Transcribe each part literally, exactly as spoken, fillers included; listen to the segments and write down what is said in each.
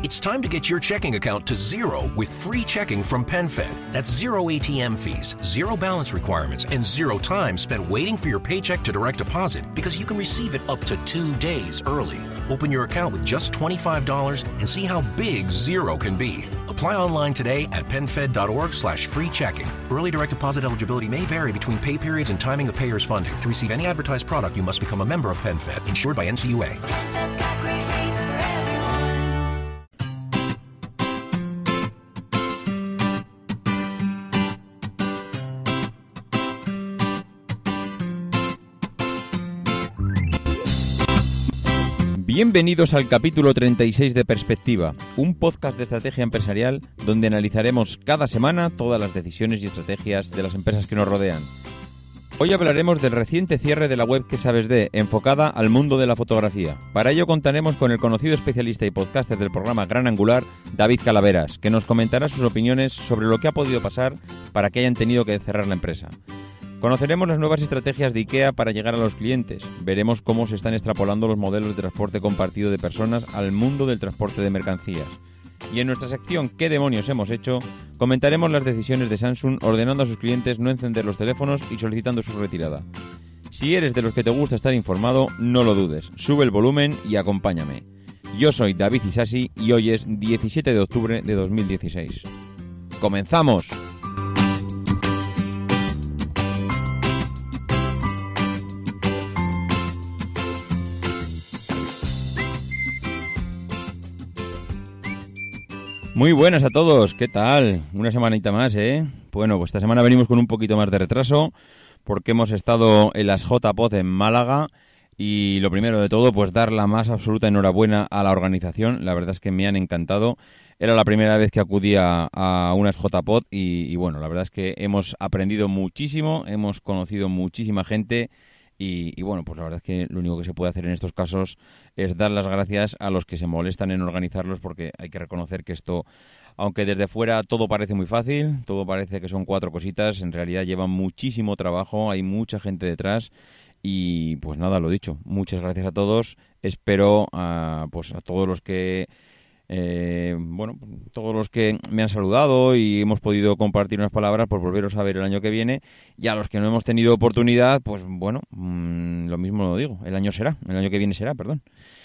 It's time to get your checking account to zero with free checking from PenFed. That's zero A T M fees, zero balance requirements, and zero time spent waiting for your paycheck to direct deposit because you can receive it up to two days early. Open your account with just twenty-five dollars and see how big zero can be. Apply online today at PenFed.org slash free checking. Early direct deposit eligibility may vary between pay periods and timing of payer's funding. To receive any advertised product, you must become a member of PenFed, insured by N C U A. PenFed's got great rates for everyone. Bienvenidos al capítulo treinta y seis de Perspectiva, un podcast de estrategia empresarial donde analizaremos cada semana todas las decisiones y estrategias de las empresas que nos rodean. Hoy hablaremos del reciente cierre de la web ¿Qué sabes de?, enfocada al mundo de la fotografía. Para ello contaremos con el conocido especialista y podcaster del programa Gran Angular, David Calaveras, que nos comentará sus opiniones sobre lo que ha podido pasar para que hayan tenido que cerrar la empresa. Conoceremos las nuevas estrategias de IKEA para llegar a los clientes. Veremos cómo se están extrapolando los modelos de transporte compartido de personas al mundo del transporte de mercancías. Y en nuestra sección ¿Qué demonios hemos hecho?, comentaremos las decisiones de Samsung ordenando a sus clientes no encender los teléfonos y solicitando su retirada. Si eres de los que te gusta estar informado, no lo dudes. Sube el volumen y acompáñame. Yo soy David Isasi y hoy es diecisiete de octubre de dos mil dieciséis. ¡Comenzamos! Muy buenas a todos, ¿qué tal? Una semanita más, ¿eh? Bueno, pues esta semana venimos con un poquito más de retraso porque hemos estado en las J P O D en Málaga y lo primero de todo, pues dar la más absoluta enhorabuena a la organización. La verdad es que me han encantado. Era la primera vez que acudía a unas J P O D y, y bueno, la verdad es que hemos aprendido muchísimo, hemos conocido muchísima gente. Y, y bueno, pues la verdad es que lo único que se puede hacer en estos casos es dar las gracias a los que se molestan en organizarlos, porque hay que reconocer que esto, aunque desde fuera todo parece muy fácil, todo parece que son cuatro cositas, en realidad lleva muchísimo trabajo, hay mucha gente detrás y pues nada, lo dicho, muchas gracias a todos, espero a, pues a todos los que... Eh, bueno, todos los que me han saludado y hemos podido compartir unas palabras, pues volveros a ver el año que viene, y a los que no hemos tenido oportunidad, pues bueno, mmm, lo mismo lo digo, el año será, el año que viene será, perdón.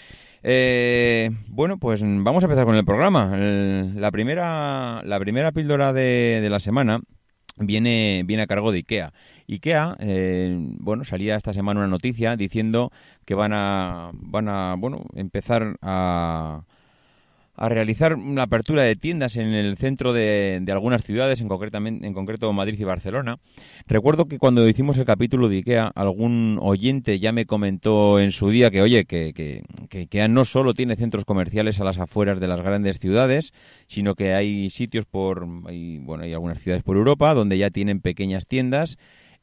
Eh, bueno, pues vamos a empezar con el programa. El, la primera la primera píldora de, de la semana viene viene a cargo de IKEA. IKEA, eh, bueno, salía esta semana una noticia diciendo que van a van a bueno empezar a a realizar una apertura de tiendas en el centro de, de algunas ciudades, en, concretamente, en concreto Madrid y Barcelona. Recuerdo que cuando hicimos el capítulo de IKEA, algún oyente ya me comentó en su día que, oye, que, que, que IKEA no solo tiene centros comerciales a las afueras de las grandes ciudades, sino que hay sitios por, hay, bueno, hay algunas ciudades por Europa donde ya tienen pequeñas tiendas.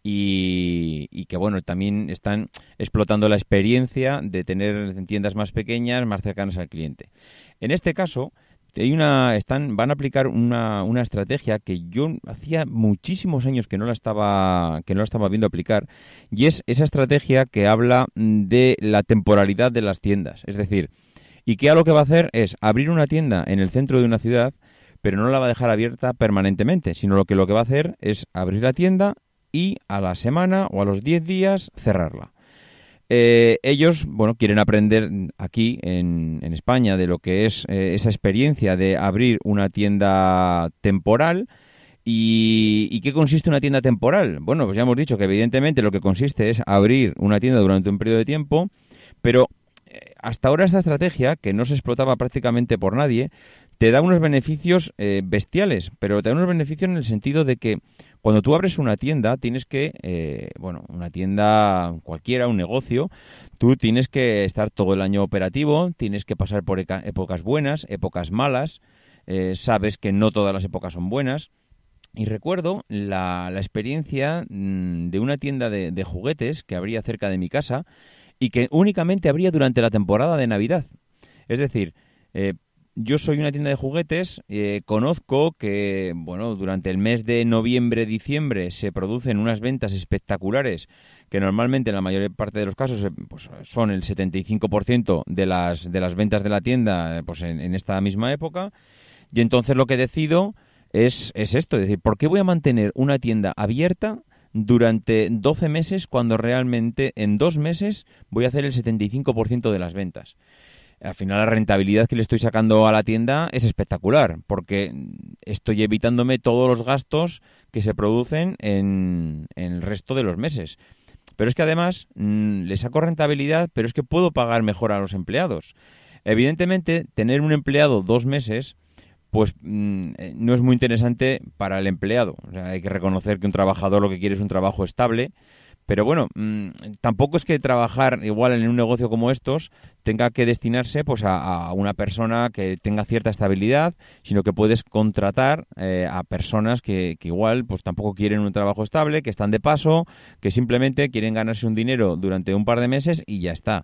Y, y que bueno, también están explotando la experiencia de tener tiendas más pequeñas, más cercanas al cliente. En este caso, hay una, están, van a aplicar una, una estrategia que yo hacía muchísimos años que no la estaba, que no la estaba viendo aplicar, y es esa estrategia que habla de la temporalidad de las tiendas. Es decir, IKEA lo que va a hacer es abrir una tienda en el centro de una ciudad, pero no la va a dejar abierta permanentemente, sino lo que lo que va a hacer es abrir la tienda y a la semana o a los diez días cerrarla. Eh, ellos, bueno, quieren aprender aquí en, en España de lo que es eh, esa experiencia de abrir una tienda temporal. ¿Y, ¿Y qué consiste una tienda temporal? Bueno, pues ya hemos dicho que evidentemente lo que consiste es abrir una tienda durante un periodo de tiempo, pero eh, hasta ahora esta estrategia, que no se explotaba prácticamente por nadie, te da unos beneficios eh, bestiales, pero te da unos beneficios en el sentido de que cuando tú abres una tienda, tienes que, eh, bueno, una tienda cualquiera, un negocio, tú tienes que estar todo el año operativo, tienes que pasar por eca- épocas buenas, épocas malas, eh, sabes que no todas las épocas son buenas. Y recuerdo la, la experiencia mmm, de una tienda de, de juguetes que abría cerca de mi casa y que únicamente abría durante la temporada de Navidad. Es decir, eh, yo soy una tienda de juguetes, eh, conozco que, bueno, durante el mes de noviembre, diciembre se producen unas ventas espectaculares que normalmente en la mayor parte de los casos eh, pues, son el setenta y cinco por ciento de las, de las ventas de la tienda eh, pues en, en esta misma época. Y entonces lo que decido es, es esto, es decir, ¿por qué voy a mantener una tienda abierta durante doce meses cuando realmente en dos meses voy a hacer el setenta y cinco por ciento de las ventas? Al final la rentabilidad que le estoy sacando a la tienda es espectacular, porque estoy evitándome todos los gastos que se producen en, en el resto de los meses. Pero es que además mmm, le saco rentabilidad, pero es que puedo pagar mejor a los empleados. Evidentemente, tener un empleado dos meses, pues mmm, no es muy interesante para el empleado. O sea, hay que reconocer que un trabajador lo que quiere es un trabajo estable. Pero bueno, mmm, tampoco es que trabajar igual en un negocio como estos tenga que destinarse pues a, a una persona que tenga cierta estabilidad, sino que puedes contratar eh, a personas que, que igual pues tampoco quieren un trabajo estable, que están de paso, que simplemente quieren ganarse un dinero durante un par de meses y ya está.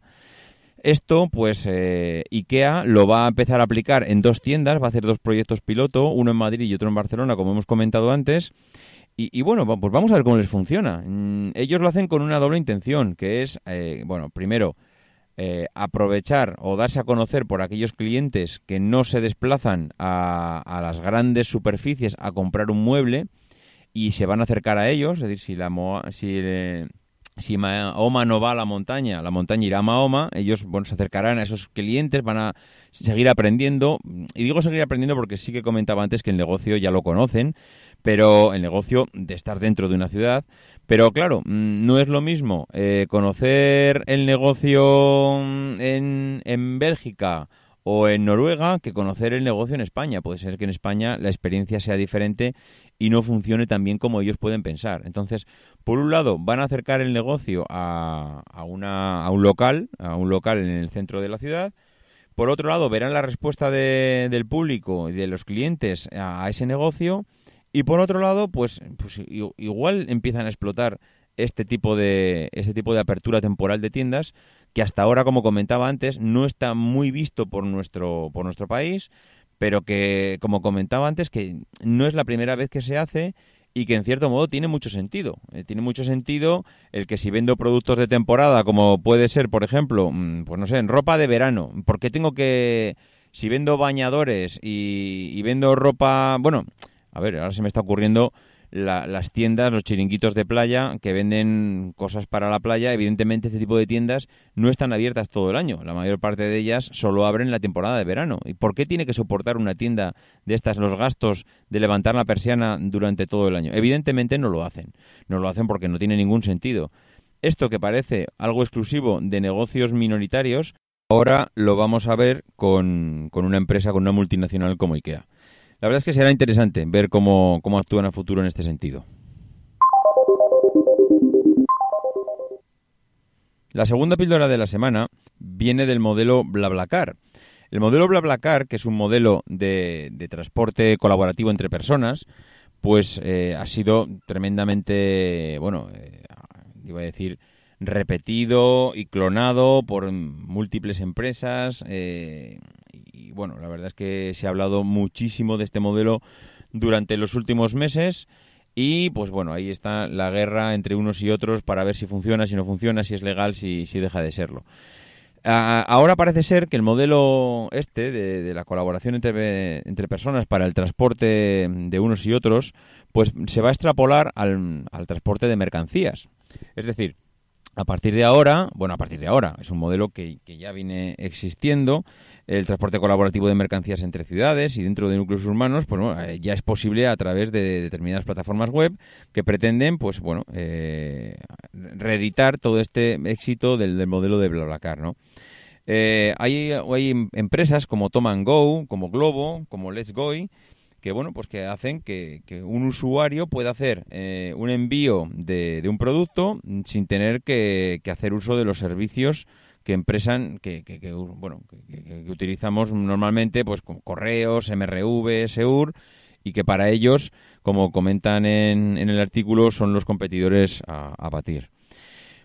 Esto, pues, eh, IKEA lo va a empezar a aplicar en dos tiendas, va a hacer dos proyectos piloto, uno en Madrid y otro en Barcelona, como hemos comentado antes. Y, y bueno, pues vamos a ver cómo les funciona. Mm, ellos lo hacen con una doble intención, que es, eh, bueno, primero, eh, aprovechar o darse a conocer por aquellos clientes que no se desplazan a, a las grandes superficies a comprar un mueble y se van a acercar a ellos. Es decir, si la Moa, si, eh, si Mahoma no va a la montaña, la montaña irá a Mahoma, ellos bueno, se acercarán a esos clientes, van a seguir aprendiendo. Y digo seguir aprendiendo porque sí que comentaba antes que el negocio ya lo conocen, pero el negocio de estar dentro de una ciudad. Pero claro, no es lo mismo eh, conocer el negocio en, en Bélgica o en Noruega que conocer el negocio en España. Puede ser que en España la experiencia sea diferente y no funcione tan bien como ellos pueden pensar. Entonces, por un lado, van a acercar el negocio a, a, una, a un local, a un local en el centro de la ciudad. Por otro lado, verán la respuesta de, del público y de los clientes a, a ese negocio. Y por otro lado, pues, pues igual empiezan a explotar este tipo de este tipo de apertura temporal de tiendas que hasta ahora, como comentaba antes, no está muy visto por nuestro por nuestro país, pero que, como comentaba antes, que no es la primera vez que se hace y que en cierto modo tiene mucho sentido. Eh, tiene mucho sentido el que si vendo productos de temporada, como puede ser, por ejemplo, pues no sé, en ropa de verano, ¿por qué tengo que, si vendo bañadores y, y vendo ropa, bueno... A ver, ahora se me está ocurriendo la, las tiendas, los chiringuitos de playa que venden cosas para la playa. Evidentemente, este tipo de tiendas no están abiertas todo el año. La mayor parte de ellas solo abren la temporada de verano. ¿Y por qué tiene que soportar una tienda de estas los gastos de levantar la persiana durante todo el año? Evidentemente no lo hacen. No lo hacen porque no tiene ningún sentido. Esto que parece algo exclusivo de negocios minoritarios, ahora lo vamos a ver con, con una empresa, con una multinacional como IKEA. La verdad es que será interesante ver cómo, cómo actúan a futuro en este sentido. La segunda píldora de la semana viene del modelo BlaBlaCar. El modelo BlaBlaCar, que es un modelo de, de transporte colaborativo entre personas, pues eh, ha sido tremendamente, bueno, eh, iba a decir, repetido y clonado por múltiples empresas. Eh, y bueno, la verdad es que se ha hablado muchísimo de este modelo durante los últimos meses. Y pues bueno, ahí está la guerra entre unos y otros para ver si funciona, si no funciona, si es legal, si, si deja de serlo. Uh, ahora parece ser que el modelo este de, de la colaboración entre, entre personas para el transporte de unos y otros, pues se va a extrapolar al, al transporte de mercancías. Es decir, a partir de ahora, bueno, a partir de ahora, es un modelo que, que ya viene existiendo, el transporte colaborativo de mercancías entre ciudades y dentro de núcleos urbanos, pues bueno, ya es posible a través de determinadas plataformas web que pretenden, pues bueno, eh, reeditar todo este éxito del, del modelo de BlaBlaCar, ¿no? Eh, hay, hay empresas como Tom and Go, como Globo, como Let's Go, que bueno, pues que hacen que, que un usuario pueda hacer eh, un envío de, de un producto sin tener que, que hacer uso de los servicios que empresan, que, que, que bueno, que, que, que utilizamos normalmente, pues como correos, M R V, Seur, y que para ellos, como comentan en, en el artículo, son los competidores a, a batir.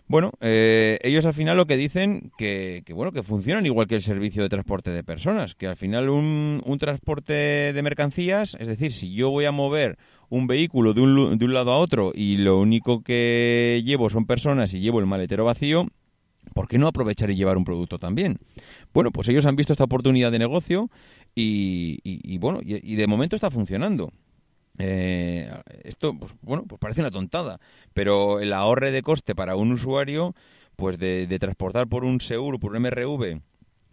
Bueno, eh, ellos al final lo que dicen que, que bueno que funcionan igual que el servicio de transporte de personas, que al final un, un transporte de mercancías, es decir, si yo voy a mover un vehículo de un, de un lado a otro y lo único que llevo son personas y llevo el maletero vacío, ¿por qué no aprovechar y llevar un producto también? Bueno, pues ellos han visto esta oportunidad de negocio y, y, y bueno, y, y de momento está funcionando. Eh, esto, pues bueno, pues parece una tontada, pero el ahorre de coste para un usuario, pues de, de transportar por un Seur, por un M R V,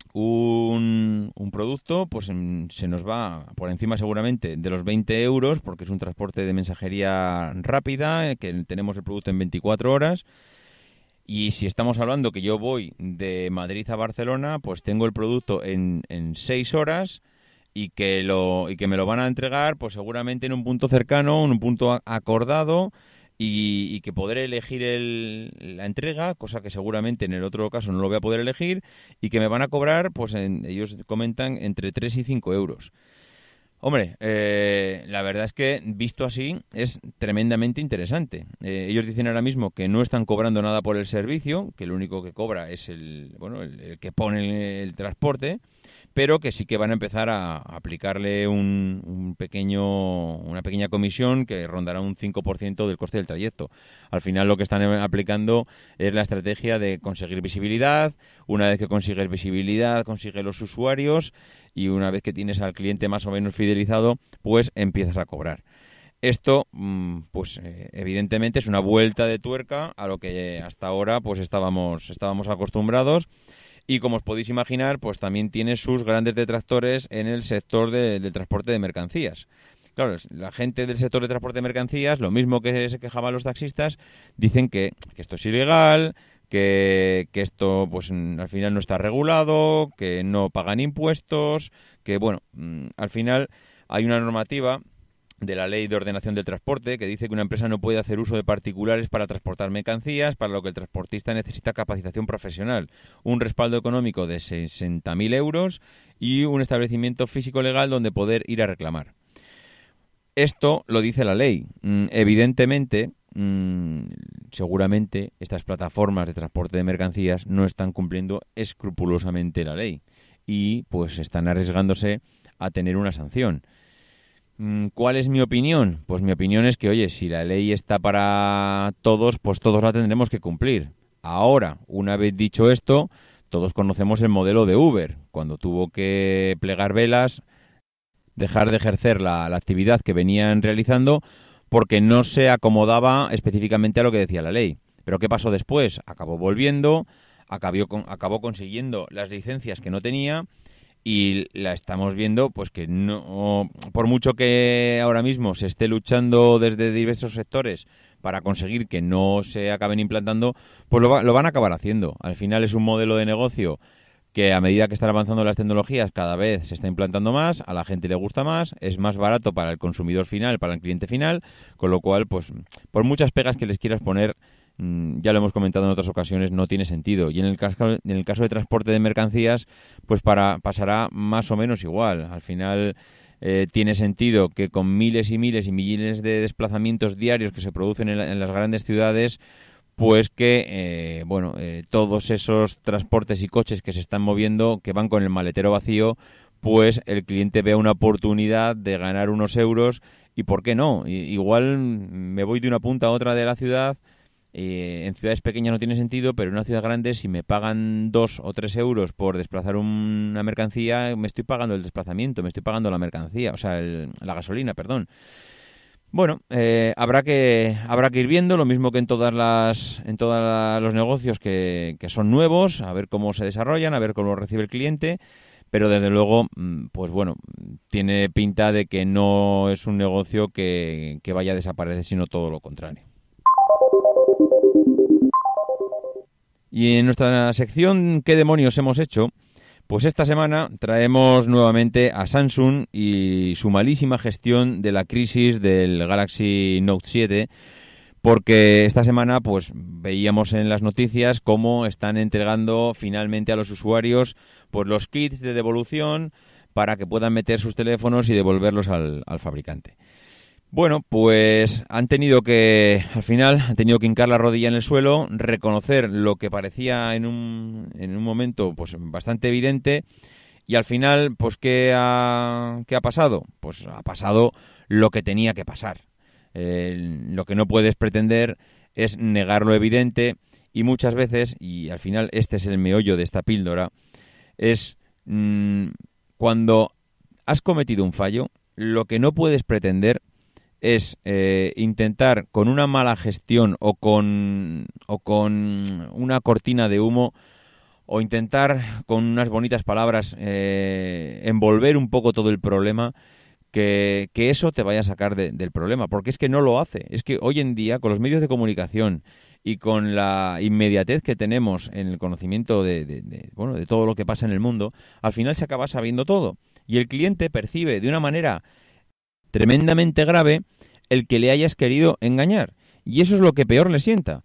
un, un producto, pues en, se nos va por encima seguramente de los veinte euros, porque es un transporte de mensajería rápida, eh, que tenemos el producto en veinticuatro horas. Y si estamos hablando que yo voy de Madrid a Barcelona, pues tengo el producto en, en seis horas y que lo y que me lo van a entregar pues seguramente en un punto cercano, en un punto acordado y, y que podré elegir el, la entrega, cosa que seguramente en el otro caso no lo voy a poder elegir, y que me van a cobrar, pues en, ellos comentan, entre tres y cinco euros. Hombre, eh, la verdad es que visto así es tremendamente interesante. Eh, ellos dicen ahora mismo que no están cobrando nada por el servicio, que lo único que cobra es el, bueno, el, el que pone el, el transporte, pero que sí que van a empezar a aplicarle un, un pequeño, una pequeña comisión que rondará un cinco por ciento del coste del trayecto. Al final lo que están aplicando es la estrategia de conseguir visibilidad. Una vez que consigues visibilidad, consigues los usuarios, y una vez que tienes al cliente más o menos fidelizado, pues empiezas a cobrar. Esto, pues eh, evidentemente es una vuelta de tuerca a lo que hasta ahora pues estábamos, estábamos acostumbrados. Y como os podéis imaginar, pues también tiene sus grandes detractores en el sector de, del transporte de mercancías. Claro, la gente del sector de transporte de mercancías, lo mismo que se quejaban los taxistas, dicen que, que esto es ilegal, que, que esto pues al final no está regulado, que no pagan impuestos, que bueno, al final hay una normativa de la Ley de Ordenación del Transporte que dice que una empresa no puede hacer uso de particulares para transportar mercancías, para lo que el transportista necesita capacitación profesional, un respaldo económico de sesenta mil euros y un establecimiento físico legal donde poder ir a reclamar. Esto lo dice la ley. Mm, evidentemente, mm, seguramente estas plataformas de transporte de mercancías no están cumpliendo escrupulosamente la ley y pues están arriesgándose a tener una sanción. ¿Cuál es mi opinión? Pues mi opinión es que, oye, si la ley está para todos, pues todos la tendremos que cumplir. Ahora, una vez dicho esto, todos conocemos el modelo de Uber, cuando tuvo que plegar velas, dejar de ejercer la, la actividad que venían realizando porque no se acomodaba específicamente a lo que decía la ley. Pero ¿qué pasó después? Acabó volviendo, acabó, acabó consiguiendo las licencias que no tenía. Y la estamos viendo, pues que no, por mucho que ahora mismo se esté luchando desde diversos sectores para conseguir que no se acaben implantando, pues lo, va, lo van a acabar haciendo. Al final es un modelo de negocio que a medida que están avanzando las tecnologías cada vez se está implantando más, a la gente le gusta más, es más barato para el consumidor final, para el cliente final, con lo cual, pues por muchas pegas que les quieras poner, ya lo hemos comentado en otras ocasiones, no tiene sentido. Y en el caso, en el caso de transporte de mercancías, pues para, pasará más o menos igual. Al final eh, tiene sentido que con miles y miles y miles de desplazamientos diarios que se producen en, la, en las grandes ciudades, pues que eh, bueno eh, todos esos transportes y coches que se están moviendo, que van con el maletero vacío, pues el cliente vea una oportunidad de ganar unos euros. Y ¿por qué no? I, igual me voy de una punta a otra de la ciudad. Eh, en ciudades pequeñas no tiene sentido, pero en una ciudad grande, si me pagan dos o tres euros por desplazar un, una mercancía, me estoy pagando el desplazamiento, me estoy pagando la mercancía, o sea, el, la gasolina, perdón. Bueno, eh, habrá que habrá que ir viendo, lo mismo que en todas las en todos los negocios que, que son nuevos, a ver cómo se desarrollan, a ver cómo lo recibe el cliente. Pero desde luego, pues bueno, tiene pinta de que no es un negocio que, que vaya a desaparecer, sino todo lo contrario. Y en nuestra sección ¿qué demonios hemos hecho? Pues esta semana traemos nuevamente a Samsung y su malísima gestión de la crisis del Galaxy Note siete, porque esta semana pues veíamos en las noticias cómo están entregando finalmente a los usuarios pues los kits de devolución para que puedan meter sus teléfonos y devolverlos al, al fabricante. Bueno, pues han tenido que, al final, han tenido que hincar la rodilla en el suelo, reconocer lo que parecía en un, en un momento pues bastante evidente y al final, pues ¿qué ha, qué ha pasado? Pues ha pasado lo que tenía que pasar. Eh, lo que no puedes pretender es negar lo evidente y muchas veces, y al final este es el meollo de esta píldora, es mmm, cuando has cometido un fallo, lo que no puedes pretender es eh, intentar con una mala gestión o con, o con una cortina de humo o intentar con unas bonitas palabras eh, envolver un poco todo el problema, que, que eso te vaya a sacar de, del problema, porque es que no lo hace. Es que hoy en día, con los medios de comunicación y con la inmediatez que tenemos en el conocimiento de, de, de, bueno, de todo lo que pasa en el mundo, al final se acaba sabiendo todo. Y el cliente percibe de una manera tremendamente grave el que le hayas querido engañar. Y eso es lo que peor le sienta.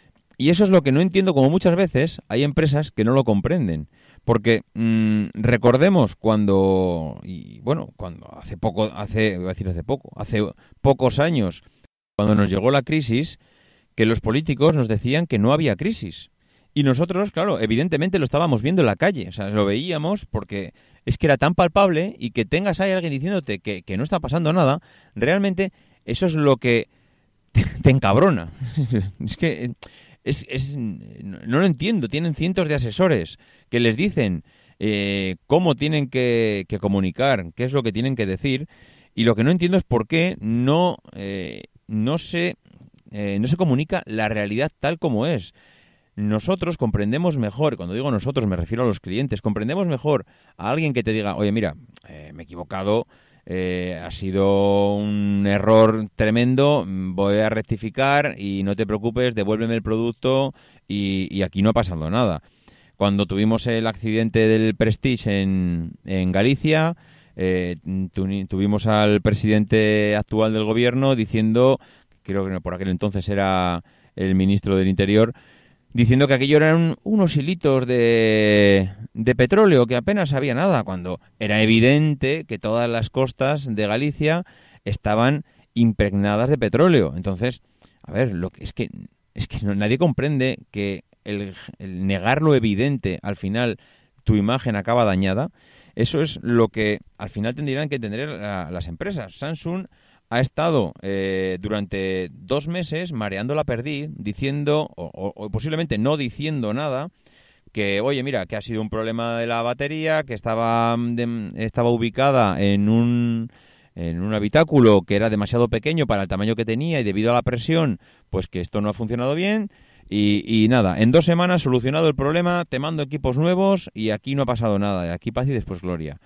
Y eso es lo que no entiendo, como muchas veces hay empresas que no lo comprenden. Porque mmm, recordemos cuando, y bueno, cuando hace poco, hace, voy a decir hace poco, hace pocos años, cuando nos llegó la crisis, que los políticos nos decían que no había crisis. Y nosotros, claro, evidentemente lo estábamos viendo en la calle, o sea, lo veíamos porque es que era tan palpable y que tengas ahí a alguien diciéndote que, que no está pasando nada, realmente eso es lo que te, te encabrona. Es que es, es, no lo entiendo, tienen cientos de asesores que les dicen eh, cómo tienen que, que comunicar, qué es lo que tienen que decir, y lo que no entiendo es por qué no, eh, no, se, eh, no se comunica la realidad tal como es. Nosotros comprendemos mejor, cuando digo nosotros me refiero a los clientes, comprendemos mejor a alguien que te diga, oye, mira, eh, me he equivocado, eh, ha sido un error tremendo, voy a rectificar y no te preocupes, devuélveme el producto y, y aquí no ha pasado nada. Cuando tuvimos el accidente del Prestige en, en Galicia, eh, tu, tuvimos al presidente actual del gobierno diciendo, creo que por aquel entonces era el ministro del Interior, diciendo que aquello eran unos hilitos de, de petróleo, que apenas había nada, cuando era evidente que todas las costas de Galicia estaban impregnadas de petróleo. Entonces, a ver, lo que es que es que no, nadie comprende que el, el negar lo evidente, al final tu imagen acaba dañada. Eso es lo que al final tendrían que entender a, a las empresas. Samsung ha estado eh, durante dos meses mareando la perdiz, diciendo, o, o, o posiblemente no diciendo nada, que, oye, mira, que ha sido un problema de la batería, que estaba, de, estaba ubicada en un, en un habitáculo que era demasiado pequeño para el tamaño que tenía y debido a la presión, pues que esto no ha funcionado bien. Y, y nada, en dos semanas solucionado el problema, te mando equipos nuevos y aquí no ha pasado nada, aquí paz y después gloria.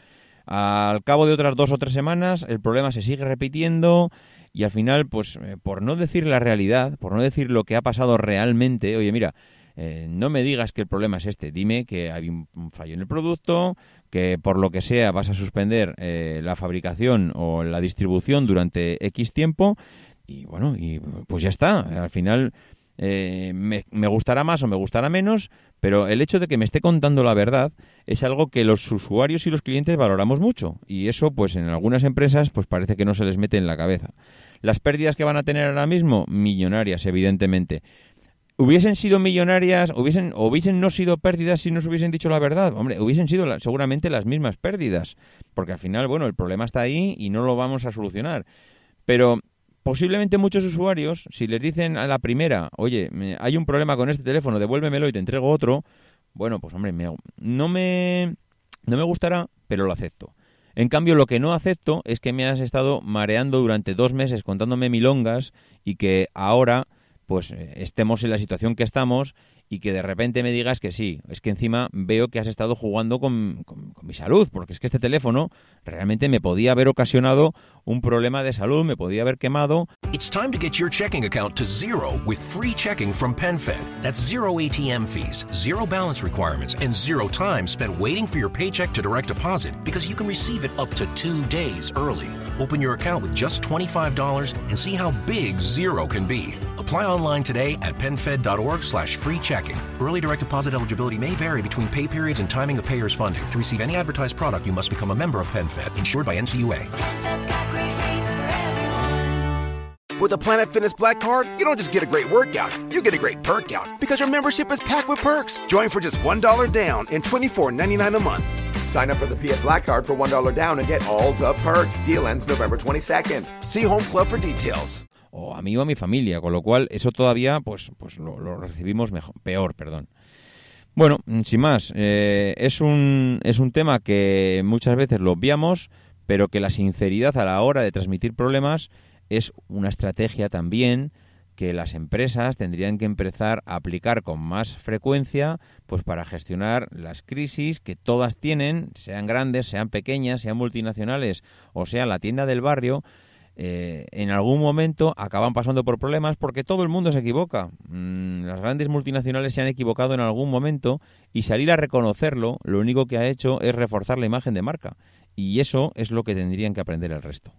Al cabo de otras dos o tres semanas, el problema se sigue repitiendo y al final, pues, eh, por no decir la realidad, por no decir lo que ha pasado realmente, oye, mira, eh, no me digas que el problema es este, dime que hay un, un fallo en el producto, que por lo que sea vas a suspender eh, la fabricación o la distribución durante X tiempo y bueno, y pues ya está, al final... Eh, me, me gustará más o me gustará menos, pero el hecho de que me esté contando la verdad es algo que los usuarios y los clientes valoramos mucho y eso pues en algunas empresas pues parece que no se les mete en la cabeza. Las pérdidas que van a tener ahora mismo, millonarias evidentemente. ¿Hubiesen sido millonarias, hubiesen, o hubiesen no sido pérdidas si nos hubiesen dicho la verdad? Hombre, hubiesen sido la, seguramente las mismas pérdidas, porque al final, bueno, el problema está ahí y no lo vamos a solucionar. Pero... posiblemente muchos usuarios, si les dicen a la primera, oye, me, hay un problema con este teléfono, devuélvemelo y te entrego otro, bueno, pues hombre, me, no, me, no me gustará, pero lo acepto. En cambio, lo que no acepto es que me has estado mareando durante dos meses contándome milongas y que ahora pues estemos en la situación que estamos y que de repente me digas que sí. Es que encima veo que has estado jugando con, con, con mi salud, porque es que este teléfono realmente me podía haber ocasionado un problema de salud, me podía haber quemado. It's time to get your checking account to zero with free checking from PenFed. That's zero A T M fees, zero balance requirements, and zero time spent waiting for your paycheck to direct deposit because you can receive it up to two days early. Open your account with just twenty-five dollars and see how big zero can be. Apply online today at penfed.org slash free checking. Early direct deposit eligibility may vary between pay periods and timing of payer's funding. To receive any advertised product, you must become a member of PenFed, insured by N C U A. PenFed's got great rates for everyone. With a Planet Fitness Black Card, you don't just get a great workout, you get a great perk out because your membership is packed with perks. Join for just one dollar down and twenty-four ninety-nine a month. Sign up for the Fiat Black Card for one dollar down and get all the perks. Deal ends November twenty-second. See Home Club for details. O a mí o a mi familia, con lo cual eso todavía pues, pues lo, lo recibimos mejor, peor, perdón. Bueno, sin más, eh, es un, es un tema que muchas veces lo obviamos, pero que la sinceridad a la hora de transmitir problemas es una estrategia también que las empresas tendrían que empezar a aplicar con más frecuencia, pues para gestionar las crisis que todas tienen, sean grandes, sean pequeñas, sean multinacionales o sea la tienda del barrio. Eh, en algún momento acaban pasando por problemas porque todo el mundo se equivoca. Mm, las grandes multinacionales se han equivocado en algún momento y salir a reconocerlo lo único que ha hecho es reforzar la imagen de marca. Y eso es lo que tendrían que aprender el resto.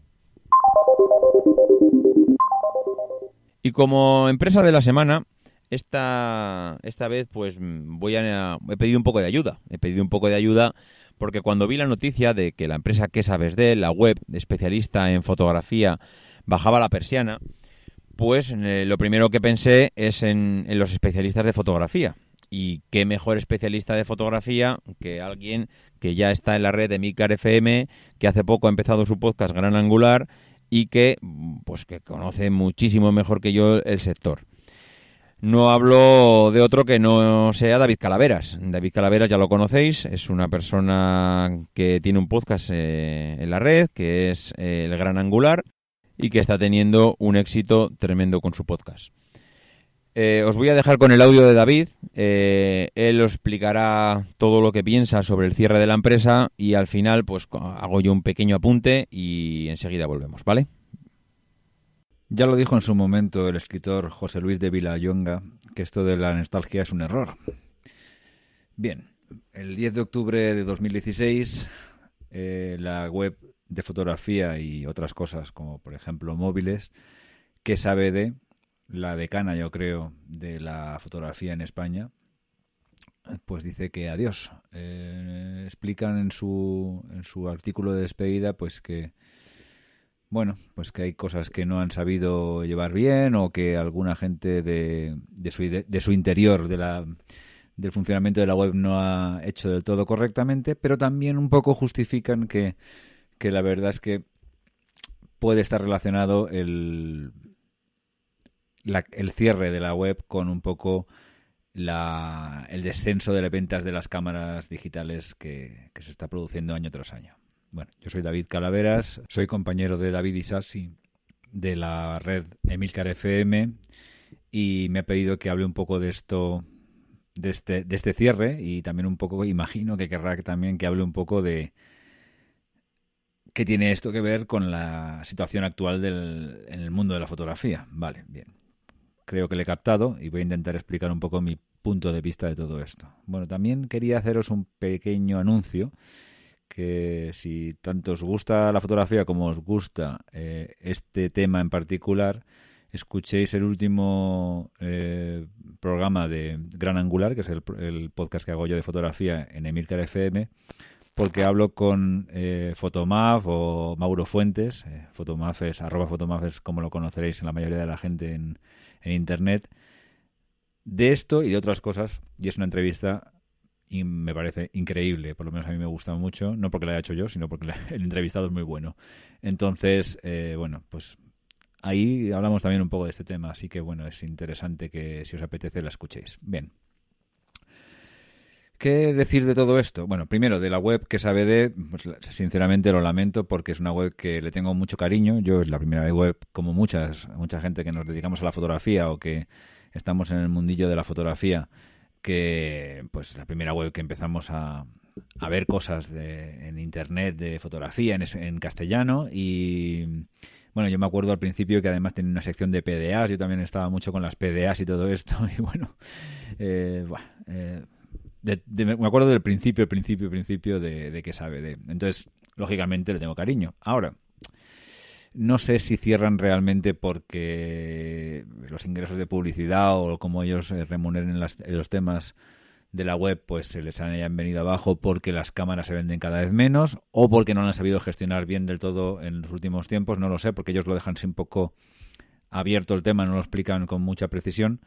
Y como empresa de la semana, esta, esta vez pues voy a, he pedido un poco de ayuda. He pedido un poco de ayuda porque cuando vi la noticia de que la empresa ¿Qué sabes de?, la web especialista en fotografía, bajaba la persiana, pues eh, lo primero que pensé es en, en los especialistas de fotografía. Y qué mejor especialista de fotografía que alguien que ya está en la red de Emilcar F M, que hace poco ha empezado su podcast Gran Angular y que, pues, que conoce muchísimo mejor que yo el sector. No hablo de otro que no sea David Calaveras. David Calaveras ya lo conocéis, es una persona que tiene un podcast eh, en la red, que es eh, El Gran Angular, y que está teniendo un éxito tremendo con su podcast. Eh, os voy a dejar con el audio de David. Eh, él os explicará todo lo que piensa sobre el cierre de la empresa y al final pues hago yo un pequeño apunte y enseguida volvemos, ¿vale? Ya lo dijo en su momento el escritor José Luis de Vilallonga, que esto de la nostalgia es un error. Bien, el diez de octubre de dos mil dieciséis, eh, la web de fotografía y otras cosas, como por ejemplo móviles, ¿Qué sabe de?, la decana, yo creo, de la fotografía en España, pues dice que adiós. Eh, explican en su, en su artículo de despedida pues que Bueno, pues que hay cosas que no han sabido llevar bien o que alguna gente de, de, su, de su interior, de la, del funcionamiento de la web no ha hecho del todo correctamente, pero también un poco justifican que, que la verdad es que puede estar relacionado el, la, el cierre de la web con un poco la, el descenso de las ventas de las cámaras digitales que, que se está produciendo año tras año. Bueno, yo soy David Calaveras, soy compañero de David Isasi de la red Emilcar F M y me ha pedido que hable un poco de esto, de este, de este cierre y también un poco, imagino que querrá también que hable un poco de qué tiene esto que ver con la situación actual del, en el mundo de la fotografía. Vale, bien. Creo que le he captado y voy a intentar explicar un poco mi punto de vista de todo esto. Bueno, también quería haceros un pequeño anuncio que si tanto os gusta la fotografía como os gusta eh, este tema en particular, escuchéis el último eh, programa de Gran Angular, que es el, el podcast que hago yo de fotografía en Emilcar F M, porque hablo con eh, Fotomaf o Mauro Fuentes. Eh, Fotomaf es, arroba Fotomaf es como lo conoceréis en la mayoría de la gente en, en Internet, de esto y de otras cosas, y es una entrevista y me parece increíble, por lo menos a mí me gusta mucho, no porque la haya hecho yo, sino porque el entrevistado es muy bueno. Entonces, eh, bueno, pues ahí hablamos también un poco de este tema, así que bueno, es interesante que si os apetece la escuchéis. Bien. ¿Qué decir de todo esto? Bueno, primero, de la web que sabe de, pues sinceramente lo lamento porque es una web que le tengo mucho cariño. Yo es la primera web, como muchas, mucha gente que nos dedicamos a la fotografía o que estamos en el mundillo de la fotografía, que pues la primera web que empezamos a, a ver cosas de, en internet de fotografía en, en castellano y bueno, yo me acuerdo al principio que además tenía una sección de P D As, yo también estaba mucho con las P D As y todo esto y bueno, eh, bueno eh, de, de, me acuerdo del principio, principio, principio de, de qué sabe de. Entonces, lógicamente le tengo cariño. Ahora, no sé si cierran realmente porque los ingresos de publicidad o como ellos remuneren las, los temas de la web pues se les hayan venido abajo porque las cámaras se venden cada vez menos o porque no lo han sabido gestionar bien del todo en los últimos tiempos. No lo sé, porque ellos lo dejan un poco abierto el tema, no lo explican con mucha precisión.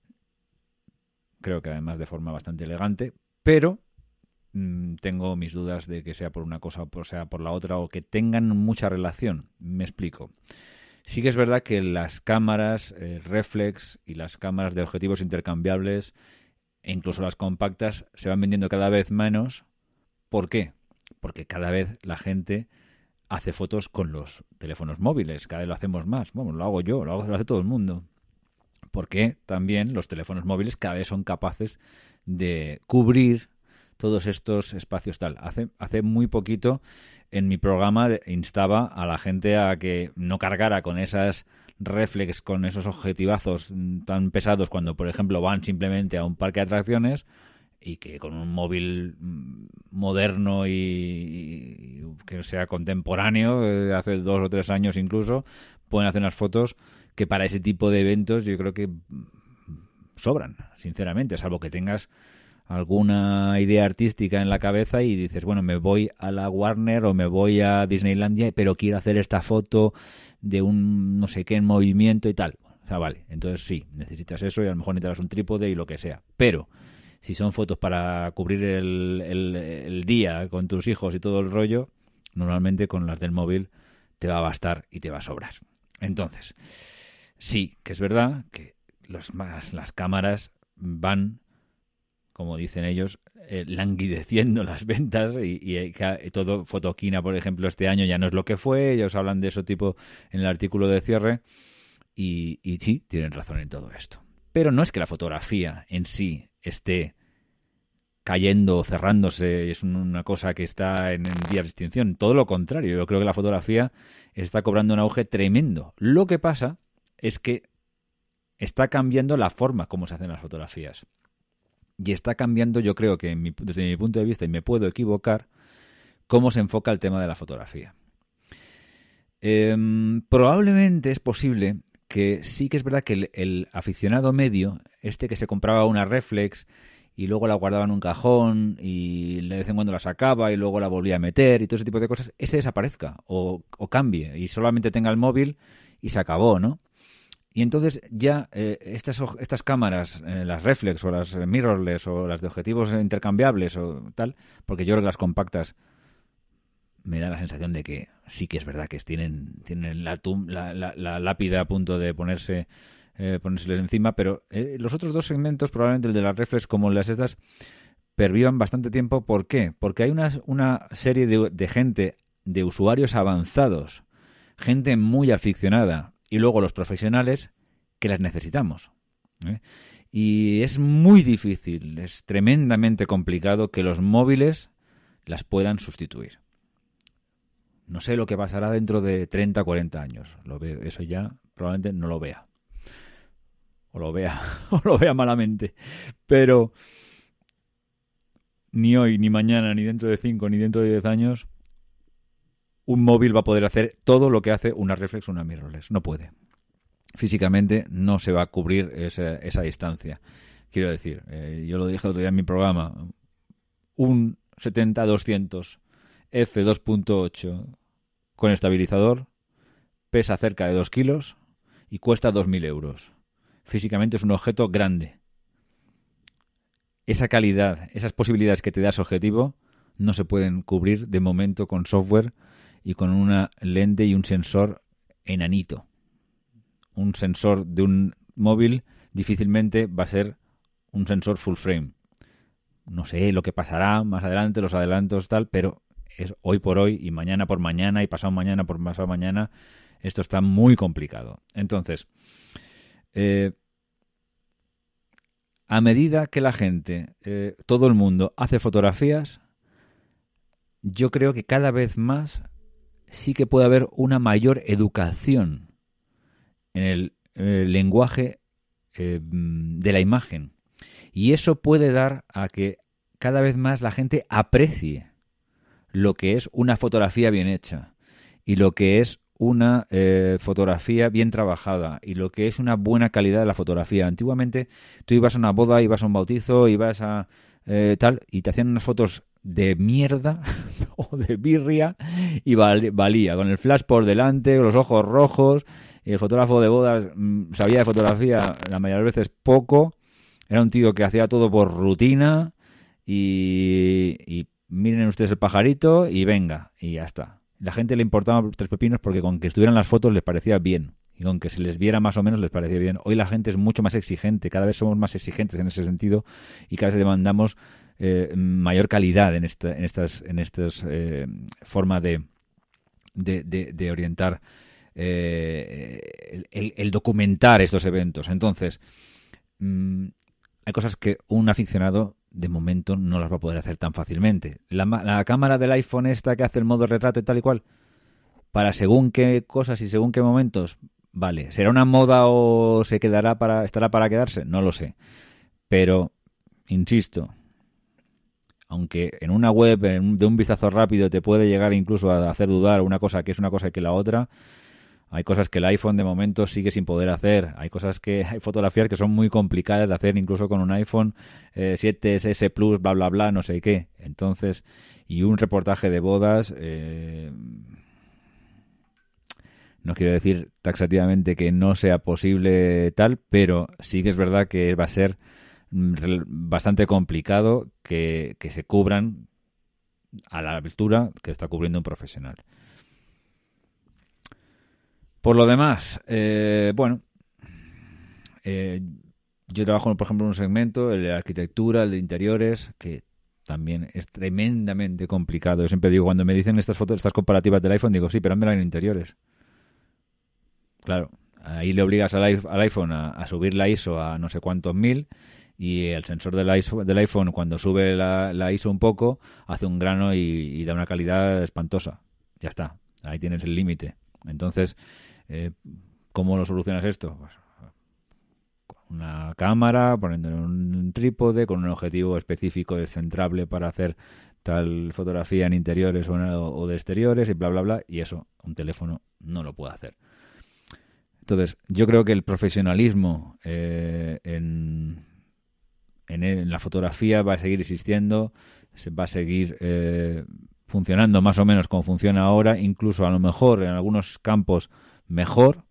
Creo que además de forma bastante elegante, pero mmm, tengo mis dudas de que sea por una cosa o sea por la otra, o que tengan mucha relación. Me explico. Sí que es verdad que las cámaras eh, reflex y las cámaras de objetivos intercambiables, e incluso las compactas, se van vendiendo cada vez menos. ¿Por qué? Porque cada vez la gente hace fotos con los teléfonos móviles, cada vez lo hacemos más. Bueno, lo hago yo, lo, hago, lo hace todo el mundo. Porque también los teléfonos móviles cada vez son capaces de cubrir todos estos espacios tal. Hace, hace muy poquito en mi programa instaba a la gente a que no cargara con esas reflex, con esos objetivazos tan pesados cuando, por ejemplo, van simplemente a un parque de atracciones, y que con un móvil moderno y, y que sea contemporáneo, de hace dos o tres años incluso, pueden hacer unas fotos que para ese tipo de eventos yo creo que sobran, sinceramente, salvo que tengas alguna idea artística en la cabeza y dices, bueno, me voy a la Warner o me voy a Disneylandia, pero quiero hacer esta foto de un no sé qué en movimiento y tal. O sea, vale, entonces sí, necesitas eso y a lo mejor necesitas un trípode y lo que sea. Pero si son fotos para cubrir el, el, el día con tus hijos y todo el rollo, normalmente con las del móvil te va a bastar y te va a sobrar. Entonces, sí, que es verdad que los más, las cámaras van, como dicen ellos, eh, languideciendo las ventas y, y, y todo Fotoquina, por ejemplo, este año ya no es lo que fue. Ellos hablan de eso tipo en el artículo de cierre y, y sí, tienen razón en todo esto. Pero no es que la fotografía en sí esté cayendo o cerrándose, es una cosa que está en, en vías de extinción. Todo lo contrario, yo creo que la fotografía está cobrando un auge tremendo. Lo que pasa es que está cambiando la forma como se hacen las fotografías. Y está cambiando, yo creo que en mi, desde mi punto de vista, y me puedo equivocar, cómo se enfoca el tema de la fotografía. Eh, probablemente es posible que sí que es verdad que el, el aficionado medio, este que se compraba una reflex y luego la guardaba en un cajón y de vez en cuando la sacaba y luego la volvía a meter y todo ese tipo de cosas, ese desaparezca o, o cambie y solamente tenga el móvil y se acabó, ¿no? Y entonces ya eh, estas, estas cámaras, eh, las reflex o las mirrorless o las de objetivos intercambiables o tal, porque yo creo que las compactas me da la sensación de que sí que es verdad que tienen, tienen la, tum, la, la, la lápida a punto de ponerse eh, ponérseles encima, pero eh, los otros dos segmentos, probablemente el de las reflex como las estas, pervivan bastante tiempo. ¿Por qué? Porque hay una, una serie de, de gente, de usuarios avanzados, gente muy aficionada, y luego los profesionales que las necesitamos. ¿eh? Y es muy difícil, es tremendamente complicado que los móviles las puedan sustituir. No sé lo que pasará dentro de treinta o cuarenta años. Lo veo, eso ya probablemente no lo vea. O lo vea, o lo vea malamente. Pero ni hoy, ni mañana, ni dentro de cinco, ni dentro de diez años, un móvil va a poder hacer todo lo que hace una reflex o una mirrorless. No puede. Físicamente no se va a cubrir esa, esa distancia. Quiero decir, eh, yo lo dije otro día en mi programa, un setenta doscientos efe dos punto ocho con estabilizador pesa cerca de dos kilos y cuesta dos mil euros. Físicamente es un objeto grande. Esa calidad, esas posibilidades que te da ese objetivo no se pueden cubrir de momento con software y con una lente y un sensor enanito. Un sensor de un móvil difícilmente va a ser un sensor full frame. No sé lo que pasará más adelante, los adelantos tal, pero es hoy por hoy y mañana por mañana y pasado mañana por pasado mañana, esto está muy complicado. Entonces, eh, a medida que la gente, eh, todo el mundo hace fotografías, yo creo que cada vez más sí que puede haber una mayor educación en el eh, lenguaje eh, de la imagen. Y eso puede dar a que cada vez más la gente aprecie lo que es una fotografía bien hecha y lo que es una eh, fotografía bien trabajada y lo que es una buena calidad de la fotografía. Antiguamente tú ibas a una boda, ibas a un bautizo, ibas a eh, tal y te hacían unas fotos de mierda o de birria y val, valía, con el flash por delante, con los ojos rojos, y el fotógrafo de bodas mmm, sabía de fotografía la mayoría de veces poco, era un tío que hacía todo por rutina y, y miren ustedes el pajarito y venga, y ya está. La gente le importaba tres pepinos porque con que estuvieran las fotos les parecía bien. Y con que se les viera más o menos les parecía bien. Hoy la gente es mucho más exigente, cada vez somos más exigentes en ese sentido y cada vez demandamos eh, mayor calidad en esta, en estas, en estas eh, forma de, de, de, de orientar eh, el, el documentar estos eventos. Entonces, mmm, hay cosas que un aficionado de momento no las va a poder hacer tan fácilmente. La, la cámara del iPhone esta que hace el modo retrato y tal y cual, para según qué cosas y según qué momentos, vale. ¿Será una moda o se quedará para estará para quedarse? No lo sé. Pero, insisto, aunque en una web en, de un vistazo rápido te puede llegar incluso a hacer dudar una cosa que es una cosa que la otra, hay cosas que el iPhone de momento sigue sin poder hacer. Hay cosas que hay fotografías que son muy complicadas de hacer incluso con un iPhone eh, siete ese Plus, bla, bla, bla, no sé qué. Entonces, y un reportaje de bodas... Eh, no quiero decir taxativamente que no sea posible tal, pero sí que es verdad que va a ser bastante complicado que, que se cubran a la altura que está cubriendo un profesional. Por lo demás, eh, bueno, eh, yo trabajo, por ejemplo, en un segmento, el de arquitectura, el de interiores, que también es tremendamente complicado. Yo siempre digo, cuando me dicen estas fotos, estas comparativas del iPhone, digo, sí, pero házmela en interiores. Claro, ahí le obligas al, al iPhone a, a subir la I S O a no sé cuántos mil y el sensor del iPhone, del iPhone cuando sube la, la I S O un poco, hace un grano y, y da una calidad espantosa. Ya está, ahí tienes el límite. Entonces, eh, ¿cómo lo solucionas esto? Pues, con una cámara, poniéndole un trípode, con un objetivo específico descentrable para hacer tal fotografía en interiores o, en, o de exteriores y bla, bla, bla, y eso un teléfono no lo puede hacer. Entonces, yo creo que el profesionalismo eh, en, en, en la fotografía va a seguir existiendo, se va a seguir eh, funcionando más o menos como funciona ahora, incluso a lo mejor en algunos campos mejor.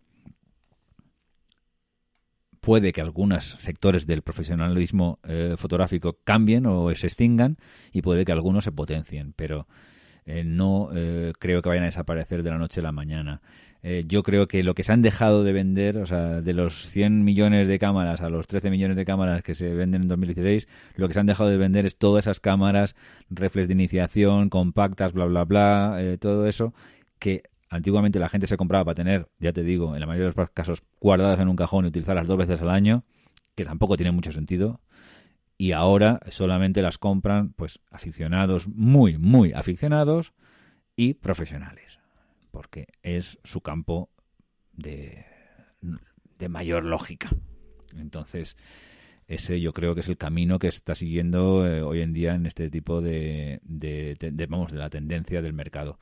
Puede que algunos sectores del profesionalismo eh, fotográfico cambien o se extingan y puede que algunos se potencien, pero eh, no eh, creo que vayan a desaparecer de la noche a la mañana. Eh, yo creo que lo que se han dejado de vender, o sea, de los cien millones de cámaras a los trece millones de cámaras que se venden en dos mil dieciséis, lo que se han dejado de vender es todas esas cámaras, reflex de iniciación, compactas, bla, bla, bla, eh, todo eso que antiguamente la gente se compraba para tener, ya te digo, en la mayoría de los casos guardadas en un cajón y utilizarlas dos veces al año, que tampoco tiene mucho sentido, y ahora solamente las compran pues aficionados, muy, muy aficionados y profesionales, porque es su campo de, de mayor lógica. Entonces, ese yo creo que es el camino que está siguiendo eh, hoy en día en este tipo de, de, de, de, vamos, de la tendencia del mercado.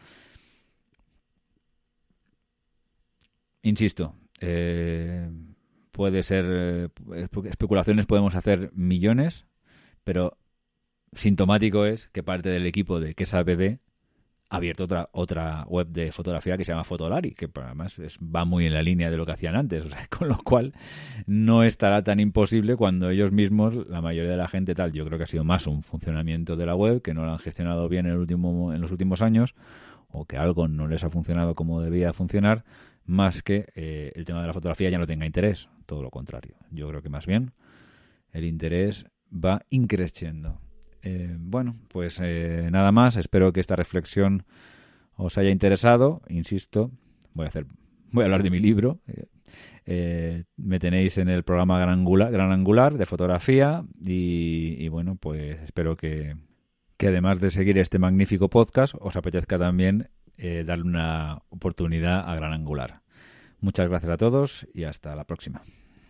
Insisto, eh, puede ser eh, especulaciones, podemos hacer millones, pero sintomático es que parte del equipo de ¿Qué sabe de? Ha abierto otra otra web de fotografía que se llama Fotolari, que además es, va muy en la línea de lo que hacían antes, o sea, con lo cual no estará tan imposible cuando ellos mismos, la mayoría de la gente tal, yo creo que ha sido más un funcionamiento de la web, que no lo han gestionado bien en, el último, en los últimos años, o que algo no les ha funcionado como debía funcionar, más que eh, el tema de la fotografía ya no tenga interés, todo lo contrario. Yo creo que más bien el interés va increciendo. Eh, bueno, pues eh, nada más. Espero que esta reflexión os haya interesado. Insisto, voy a hacer, voy a hablar de mi libro. Eh, eh, me tenéis en el programa Gran Angular, Gran Angular de fotografía y, y bueno, pues espero que, que además de seguir este magnífico podcast, os apetezca también eh, darle una oportunidad a Gran Angular. Muchas gracias a todos y hasta la próxima.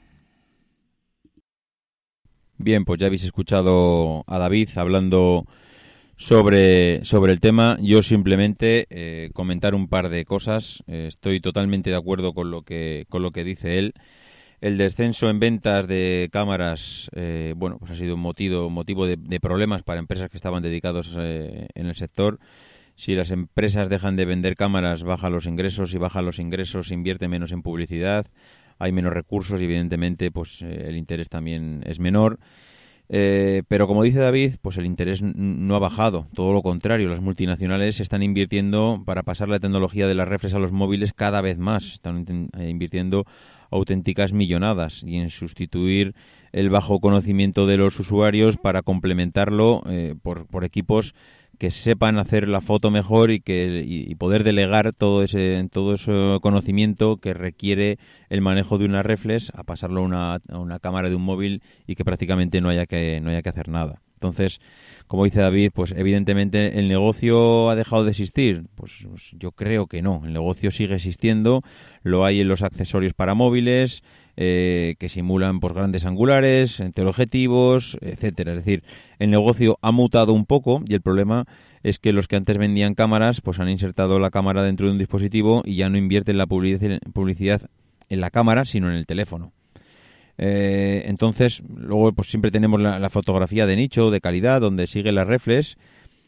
Bien, pues ya habéis escuchado a David hablando sobre, sobre el tema. Yo simplemente eh, comentar un par de cosas. Eh, estoy totalmente de acuerdo con lo que, con lo que dice él. El descenso en ventas de cámaras, eh, bueno, pues ha sido un motivo, motivo de, de problemas para empresas que estaban dedicados eh, en el sector. Si las empresas dejan de vender cámaras, bajan los ingresos, y bajan los ingresos, se invierte menos en publicidad, hay menos recursos y evidentemente pues eh, el interés también es menor. Eh, pero como dice David, pues el interés n- no ha bajado, todo lo contrario, las multinacionales están invirtiendo para pasar la tecnología de las reflex a los móviles cada vez más, están inten- eh, invirtiendo auténticas millonadas y en sustituir el bajo conocimiento de los usuarios para complementarlo eh, por, por equipos que sepan hacer la foto mejor y que y, y poder delegar todo ese todo ese conocimiento que requiere el manejo de una reflex a pasarlo a una, a una cámara de un móvil y que prácticamente no haya que no haya que hacer nada. Entonces, como dice David, pues evidentemente el negocio ha dejado de existir. Pues, pues yo creo que no. El negocio sigue existiendo. Lo hay en los accesorios para móviles, eh, que simulan pues grandes angulares, teleobjetivos, etcétera. Es decir, el negocio ha mutado un poco y el problema es que los que antes vendían cámaras pues han insertado la cámara dentro de un dispositivo y ya no invierten la publicidad en la cámara, sino en el teléfono. Eh, entonces, luego pues siempre tenemos la, la fotografía de nicho, de calidad, donde sigue la reflex,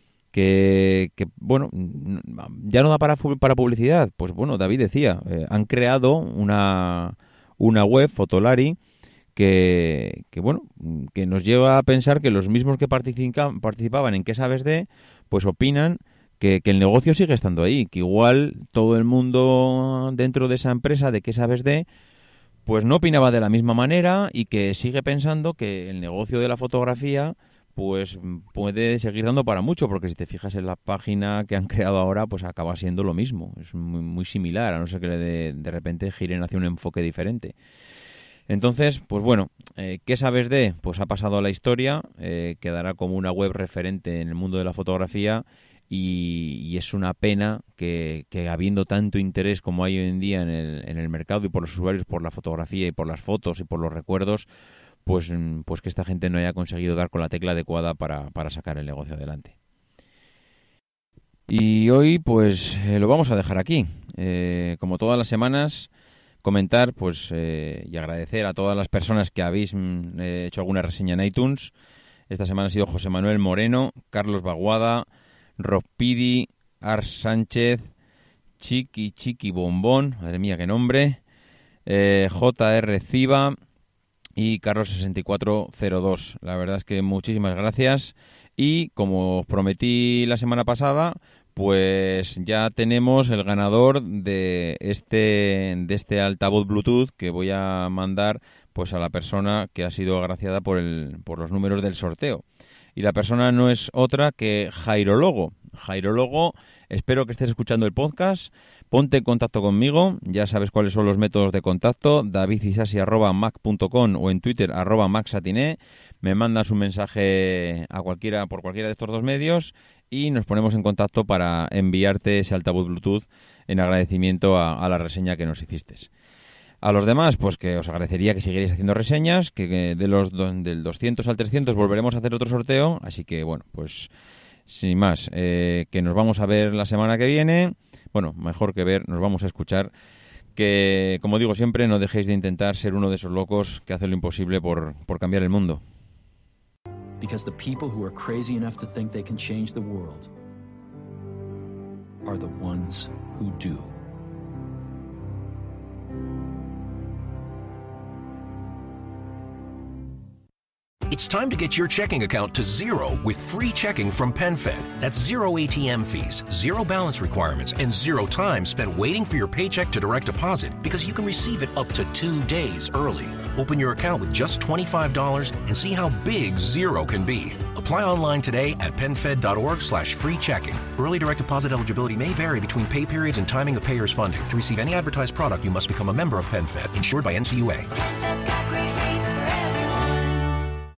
que, que bueno, ya no da para, para publicidad. Pues bueno, David decía, eh, han creado una, una web, Fotolari, que, que bueno, que nos lleva a pensar que los mismos que participa, participaban en ¿Qué sabes de? Pues opinan que, que el negocio sigue estando ahí, que igual todo el mundo dentro de esa empresa de ¿Qué sabes de? Pues no opinaba de la misma manera y que sigue pensando que el negocio de la fotografía pues puede seguir dando para mucho, porque si te fijas en la página que han creado ahora, pues acaba siendo lo mismo, es muy, muy similar, a no ser que de, de repente giren hacia un enfoque diferente. Entonces, pues bueno, eh, ¿qué sabes de? Pues ha pasado a la historia, eh, quedará como una web referente en el mundo de la fotografía. Y, y es una pena que, que habiendo tanto interés como hay hoy en día en el, en el mercado y por los usuarios, por la fotografía y por las fotos y por los recuerdos, pues, pues que esta gente no haya conseguido dar con la tecla adecuada para, para sacar el negocio adelante. Y hoy pues eh, lo vamos a dejar aquí. Eh, como todas las semanas, comentar pues eh, y agradecer a todas las personas que habéis mm, eh, hecho alguna reseña en iTunes. Esta semana ha sido José Manuel Moreno, Carlos Baguada, Rob Pidi, Ars Sánchez, Chiqui Chiqui Bombón, madre mía qué nombre, eh, J R Ciba y Carlos sesenta y cuatro cero dos. La verdad es que muchísimas gracias y como os prometí la semana pasada, pues ya tenemos el ganador de este de este altavoz Bluetooth que voy a mandar pues a la persona que ha sido agraciada por el por los números del sorteo. Y la persona no es otra que Jairologo. Jairologo, espero que estés escuchando el podcast. Ponte en contacto conmigo. Ya sabes cuáles son los métodos de contacto. davidisasi arroba mac punto com o en Twitter arroba maxatiné. Me mandas un mensaje a cualquiera por cualquiera de estos dos medios y nos ponemos en contacto para enviarte ese altavoz Bluetooth en agradecimiento a, a la reseña que nos hiciste. A los demás, pues que os agradecería que siguierais haciendo reseñas, que, que de los do, del doscientos al trescientos volveremos a hacer otro sorteo, así que bueno, pues sin más, eh, que nos vamos a ver la semana que viene, bueno, mejor que ver, nos vamos a escuchar, que como digo siempre, no dejéis de intentar ser uno de esos locos que hacen lo imposible por, por cambiar el mundo. Because the people who are crazy enough to think they can change the world are the ones who do. It's time to get your checking account to zero with free checking from PenFed. That's zero A T M fees, zero balance requirements, and zero time spent waiting for your paycheck to direct deposit because you can receive it up to two days early. Open your account with just twenty-five dollars and see how big zero can be. Apply online today at penfed.org slash free checking. Early direct deposit eligibility may vary between pay periods and timing of payer's funding. To receive any advertised product, you must become a member of PenFed, insured by N C U A.